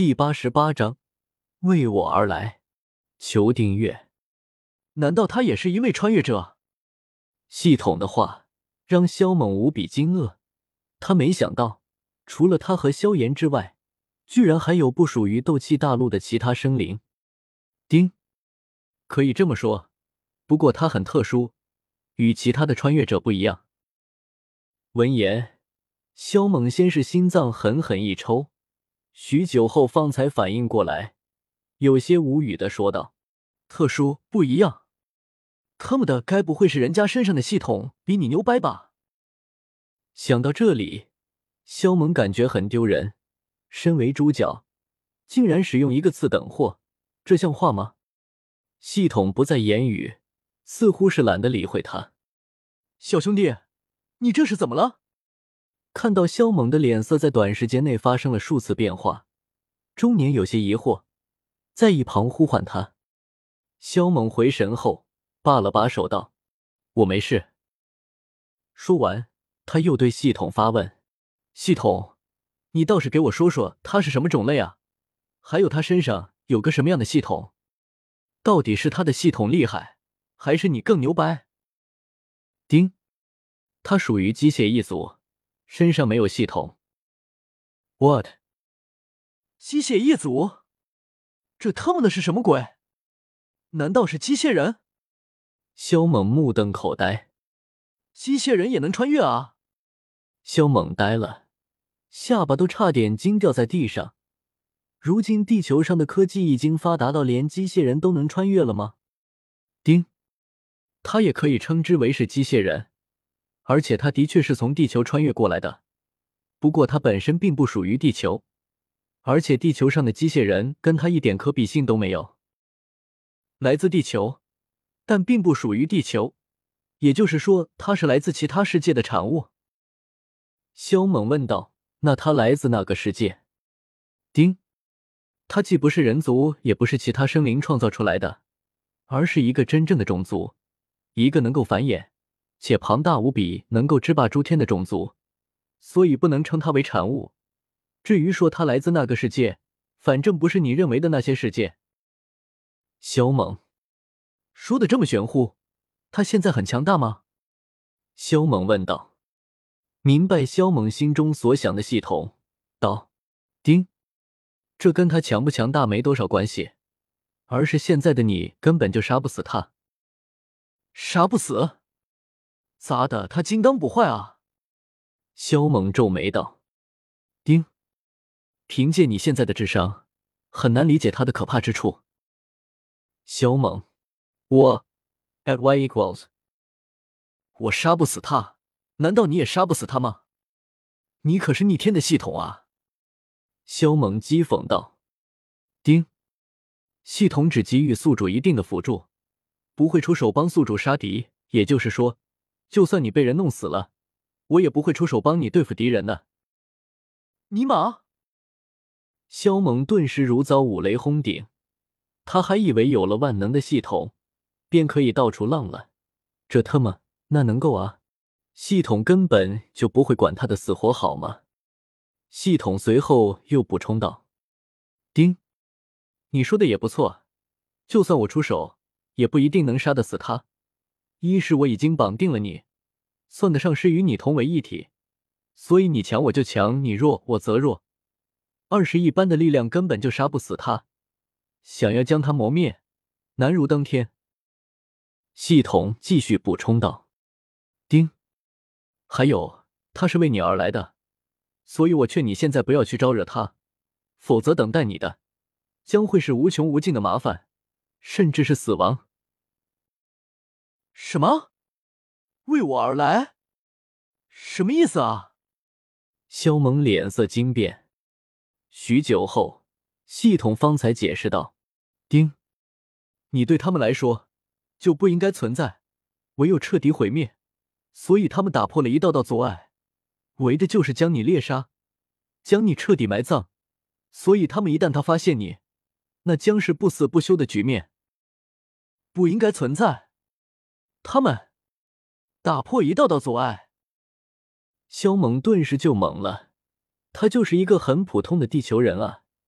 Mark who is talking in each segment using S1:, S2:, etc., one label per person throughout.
S1: 第88章，为我而来。求订阅。难道他也是一位穿越者？系统的话让萧猛无比惊愕，他没想到，除了他和萧炎之外，居然还有不属于斗气大陆的其他生灵。丁，可以这么说，不过他很特殊，与其他的穿越者不一样。闻言，萧猛先是心脏狠狠一抽，许久后方才反应过来，有些无语地说道：“特殊不一样，他们的该不会是人家身上的系统比你牛掰吧？”想到这里，萧猛感觉很丢人，身为主角，竟然使用一个次等货，这像话吗？系统不再言语，似乎是懒得理会他。小兄弟，你这是怎么了？看到萧猛的脸色在短时间内发生了数次变化，中年有些疑惑，在一旁呼唤他。萧猛回神后罢了把手道：“我没事。”说完，他又对系统发问：“系统，你倒是给我说说他是什么种类啊？还有他身上有个什么样的系统？到底是他的系统厉害，还是你更牛掰？”丁，他属于机械一族，身上没有系统。What？ 机械一族？这他妈的是什么鬼？难道是机械人？萧猛目瞪口呆。机械人也能穿越啊？萧猛呆了，下巴都差点惊掉在地上。如今地球上的科技已经发达到连机械人都能穿越了吗？丁，他也可以称之为是机械人，而且他的确是从地球穿越过来的。不过他本身并不属于地球，而且地球上的机械人跟他一点可比性都没有。来自地球，但并不属于地球，也就是说他是来自其他世界的产物。萧猛问道：“那他来自哪个世界？”丁，他既不是人族，也不是其他生灵创造出来的，而是一个真正的种族，一个能够繁衍且庞大无比，能够制霸诸天的种族，所以不能称它为产物。至于说他来自那个世界，反正不是你认为的那些世界。萧猛说的这么玄乎，他现在很强大吗？萧猛问道。明白萧猛心中所想的系统，道：“丁，这跟他强不强大没多少关系，而是现在的你根本就杀不死他。”杀不死？咋的？他金刚不坏啊？萧猛皱眉道。丁，凭借你现在的智商，很难理解他的可怕之处。萧猛，我 at y equals， 我杀不死他，难道你也杀不死他吗？你可是逆天的系统啊！萧猛讥讽道。丁，系统只给予宿主一定的辅助，不会出手帮宿主杀敌，也就是说，就算你被人弄死了，我也不会出手帮你对付敌人的。尼玛！萧猛顿时如遭五雷轰顶，他还以为有了万能的系统，便可以到处浪了，这他妈那能够啊？系统根本就不会管他的死活好吗？系统随后又补充道：“丁，你说的也不错，就算我出手，也不一定能杀得死他。一是我已经绑定了你，算得上是与你同为一体，所以你强我就强，你弱我则弱。二是一般的力量根本就杀不死他，想要将他磨灭，难如登天。”系统继续补充道：“丁，还有，他是为你而来的，所以我劝你现在不要去招惹他，否则等待你的将会是无穷无尽的麻烦，甚至是死亡。”什么？为我而来？什么意思啊？萧猛脸色惊变。许久后，系统方才解释道：“丁，你对他们来说就不应该存在，唯有彻底毁灭，所以他们打破了一道道阻碍，为的就是将你猎杀，将你彻底埋葬，所以他们一旦发现你，那将是不死不休的局面。不应该存在？他们打破一道道阻碍？”萧猛顿时就懵了，他就是一个很普通的地球人啊，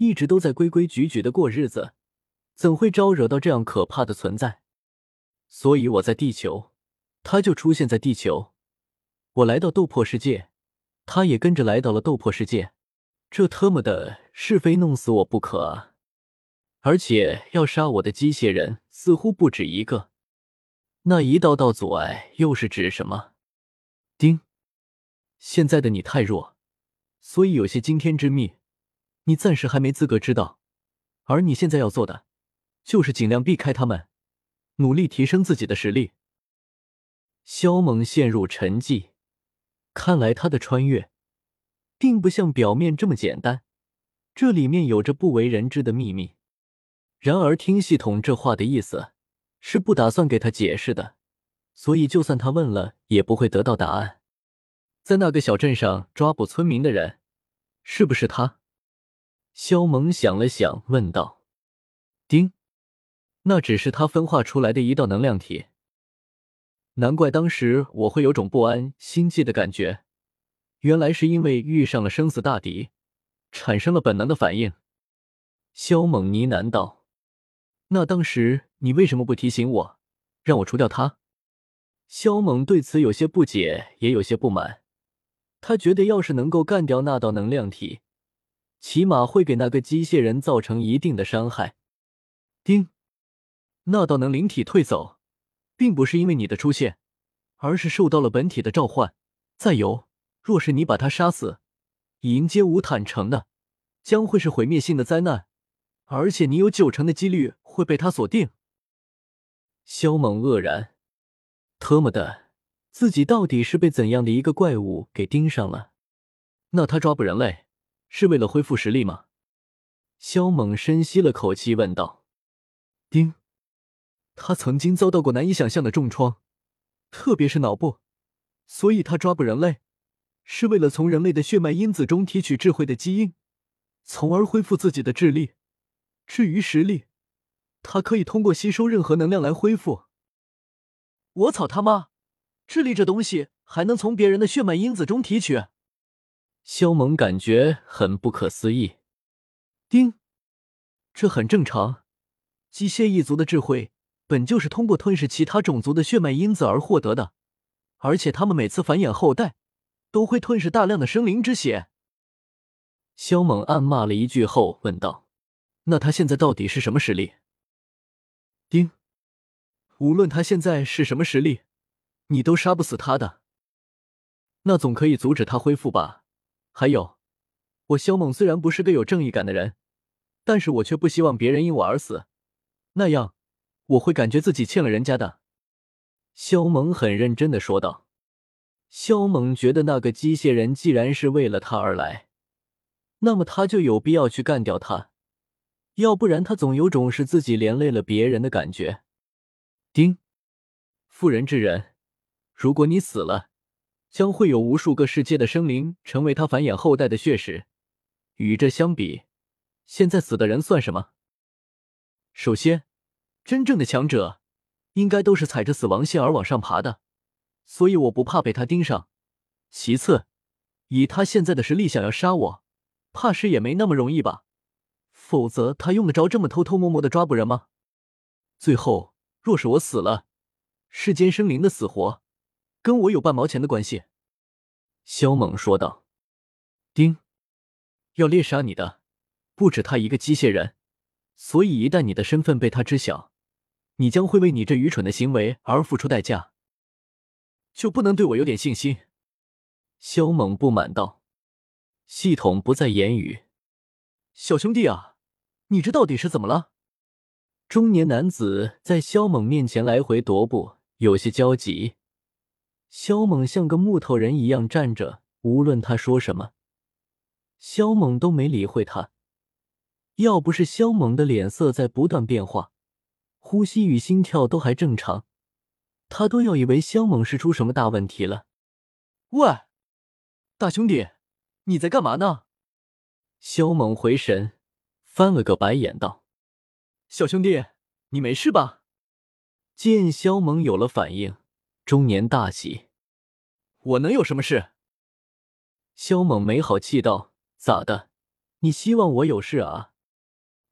S1: 一直都在规规矩矩的过日子，怎会招惹到这样可怕的存在？所以我在地球，他就出现在地球；我来到斗破世界，他也跟着来到了斗破世界。这特么的是非弄死我不可啊！而且要杀我的机械人似乎不止一个，那一道道阻碍又是指什么？丁，现在的你太弱，所以有些惊天之秘，你暂时还没资格知道。而你现在要做的，就是尽量避开他们，努力提升自己的实力。萧猛陷入沉寂，看来他的穿越并不像表面这么简单，这里面有着不为人知的秘密。然而听系统这话的意思，是不打算给他解释的，所以就算他问了，也不会得到答案。在那个小镇上抓捕村民的人，是不是他？萧猛想了想，问道。丁，那只是他分化出来的一道能量体。难怪当时我会有种不安、心悸的感觉，原来是因为遇上了生死大敌，产生了本能的反应。萧猛呢喃道。那当时你为什么不提醒我，让我除掉他？萧猛对此有些不解，也有些不满。他觉得要是能够干掉那道能量体，起码会给那个机械人造成一定的伤害。丁，那道能灵体退走，并不是因为你的出现，而是受到了本体的召唤。再有，若是你把他杀死，迎接无坦诚的，将会是毁灭性的灾难，而且你有90%的几率会被他锁定。萧猛愕然，特么的，自己到底是被怎样的一个怪物给盯上了？那他抓捕人类，是为了恢复实力吗？萧猛深吸了口气问道。丁，他曾经遭到过难以想象的重创，特别是脑部，所以他抓捕人类，是为了从人类的血脉因子中提取智慧的基因，从而恢复自己的智力。至于实力，他可以通过吸收任何能量来恢复。我操他妈！智力这东西还能从别人的血脉因子中提取？萧猛感觉很不可思议。丁，这很正常，机械一族的智慧本就是通过吞噬其他种族的血脉因子而获得的，而且他们每次繁衍后代都会吞噬大量的生灵之血。萧猛暗骂了一句后问道，那他现在到底是什么实力？丁，无论他现在是什么实力，你都杀不死他的。那总可以阻止他恢复吧？还有，我萧猛虽然不是个有正义感的人，但是我却不希望别人因我而死，那样我会感觉自己欠了人家的。萧猛很认真地说道。萧猛觉得那个机械人既然是为了他而来，那么他就有必要去干掉他，要不然他总有种是自己连累了别人的感觉。丁，妇人之仁，如果你死了，将会有无数个世界的生灵成为他繁衍后代的血食。与这相比，现在死的人算什么？首先，真正的强者应该都是踩着死亡线而往上爬的，所以我不怕被他盯上。其次，以他现在的实力想要杀我，怕是也没那么容易吧？否则他用得着这么偷偷摸摸的抓捕人吗？最后，若是我死了，世间生灵的死活跟我有半毛钱的关系。萧猛说道。丁，要猎杀你的不止他一个机械人，所以一旦你的身份被他知晓，你将会为你这愚蠢的行为而付出代价。就不能对我有点信心？萧猛不满道。系统不再言语。小兄弟啊，你这到底是怎么了？中年男子在萧猛面前来回踱步，有些焦急。萧猛像个木头人一样站着，无论他说什么，萧猛都没理会他。要不是萧猛的脸色在不断变化，呼吸与心跳都还正常，他都要以为萧猛是出什么大问题了。喂，大兄弟，你在干嘛呢？萧猛回神，翻了个白眼道：小兄弟，你没事吧？见萧猛有了反应，中年大喜。我能有什么事？萧猛没好气道：咋的？你希望我有事啊？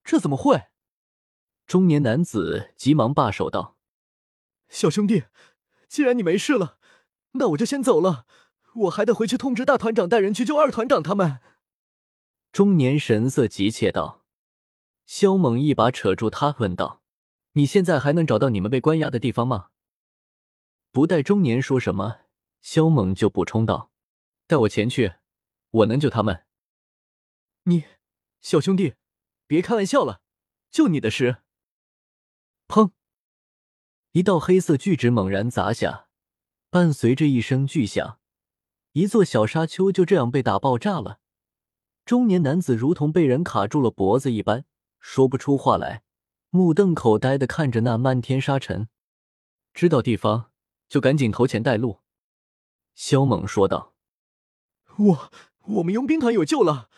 S1: 这怎么会？中年男子急忙罢手道：“
S2: 小兄弟，既然你没事了，那我就先走了，我还得回去通知大团长带人去救二团长他们。”
S1: 中年神色急切道。萧猛一把扯住他，问道：“你现在还能找到你们被关押的地方吗？”不待中年说什么，萧猛就补充道：“带我前去，我能救他们。”
S2: 你，小兄弟，别开玩笑了，就你的事。
S1: 砰！一道黑色巨指猛然砸下，伴随着一声巨响，一座小沙丘就这样被打爆炸了。中年男子如同被人卡住了脖子一般，说不出话来，目瞪口呆地看着那漫天沙尘。知道地方就赶紧投钱带路。萧猛说道：“
S2: 我们佣兵团有救了，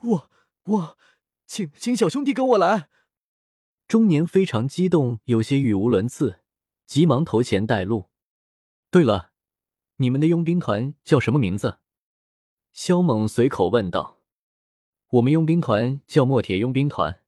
S2: 请小兄弟跟我来。”
S1: 中年非常激动，有些语无伦次，急忙投钱带路。对了，你们的佣兵团叫什么名字？萧猛随口问道。我们佣兵团叫墨铁佣兵团。